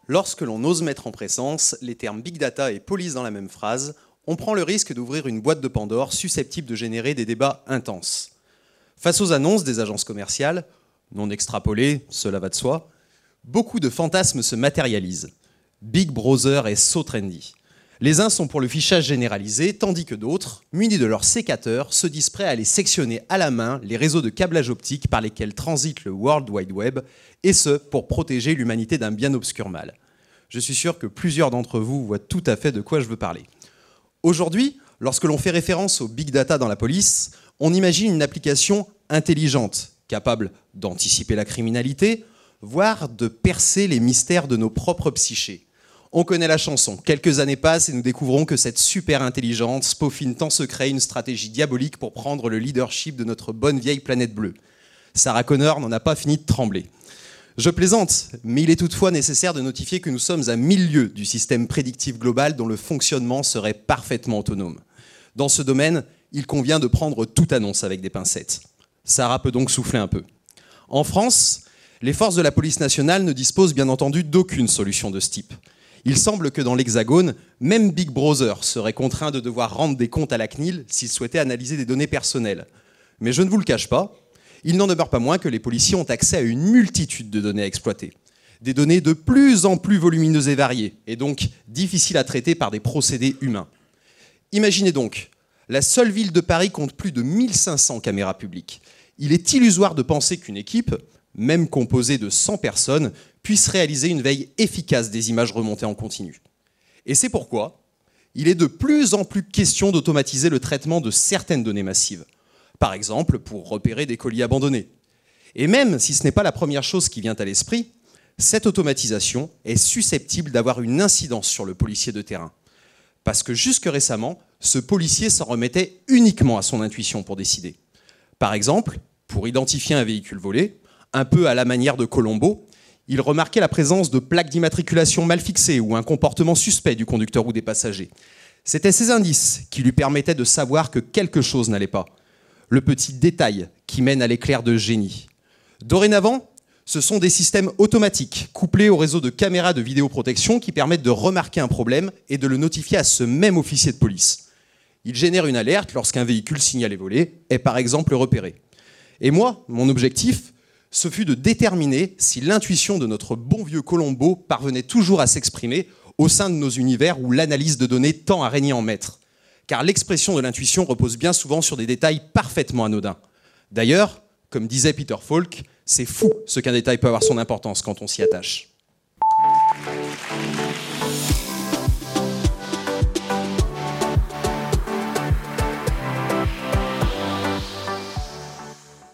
Lorsque l'on ose mettre en présence les termes Big Data et police dans la même phrase, on prend le risque d'ouvrir une boîte de Pandore susceptible de générer des débats intenses. Face aux annonces des agences commerciales, non extrapolées, cela va de soi, beaucoup de fantasmes se matérialisent. Big Brother est so trendy. Les uns sont pour le fichage généralisé, tandis que d'autres, munis de leurs sécateurs, se disent prêts à aller sectionner à la main les réseaux de câblage optique par lesquels transite le World Wide Web, et ce, pour protéger l'humanité d'un bien obscur mal. Je suis sûr que plusieurs d'entre vous voient tout à fait de quoi je veux parler. Aujourd'hui, lorsque l'on fait référence au Big Data dans la police, on imagine une application intelligente, capable d'anticiper la criminalité, voire de percer les mystères de nos propres psychés. On connaît la chanson, quelques années passent et nous découvrons que cette super intelligence peaufine en secret une stratégie diabolique pour prendre le leadership de notre bonne vieille planète bleue. Sarah Connor n'en a pas fini de trembler. Je plaisante, mais il est toutefois nécessaire de notifier que nous sommes à 1000 lieues du système prédictif global dont le fonctionnement serait parfaitement autonome. Dans ce domaine, il convient de prendre toute annonce avec des pincettes. Sarah peut donc souffler un peu. En France, les forces de la police nationale ne disposent bien entendu d'aucune solution de ce type. Il semble que dans l'Hexagone, même Big Brother serait contraint de devoir rendre des comptes à la CNIL s'il souhaitait analyser des données personnelles. Mais je ne vous le cache pas, il n'en demeure pas moins que les policiers ont accès à une multitude de données à exploiter. Des données de plus en plus volumineuses et variées, et donc difficiles à traiter par des procédés humains. Imaginez donc, la seule ville de Paris compte plus de 1500 caméras publiques. Il est illusoire de penser qu'une équipe, même composée de 100 personnes, puisse réaliser une veille efficace des images remontées en continu. Et c'est pourquoi il est de plus en plus question d'automatiser le traitement de certaines données massives. Par exemple, pour repérer des colis abandonnés. Et même si ce n'est pas la première chose qui vient à l'esprit, cette automatisation est susceptible d'avoir une incidence sur le policier de terrain. Parce que jusque récemment, ce policier s'en remettait uniquement à son intuition pour décider. Par exemple, pour identifier un véhicule volé, un peu à la manière de Colombo, il remarquait la présence de plaques d'immatriculation mal fixées ou un comportement suspect du conducteur ou des passagers. C'étaient ces indices qui lui permettaient de savoir que quelque chose n'allait pas. Le petit détail qui mène à l'éclair de génie. Dorénavant, ce sont des systèmes automatiques couplés au réseau de caméras de vidéoprotection qui permettent de remarquer un problème et de le notifier à ce même officier de police. Il génère une alerte lorsqu'un véhicule signalé volé est par exemple repéré. Et moi, mon objectif, ce fut de déterminer si l'intuition de notre bon vieux Colombo parvenait toujours à s'exprimer au sein de nos univers où l'analyse de données tend à régner en maître. Car l'expression de l'intuition repose bien souvent sur des détails parfaitement anodins. D'ailleurs, comme disait Peter Falk, c'est fou ce qu'un détail peut avoir son importance quand on s'y attache.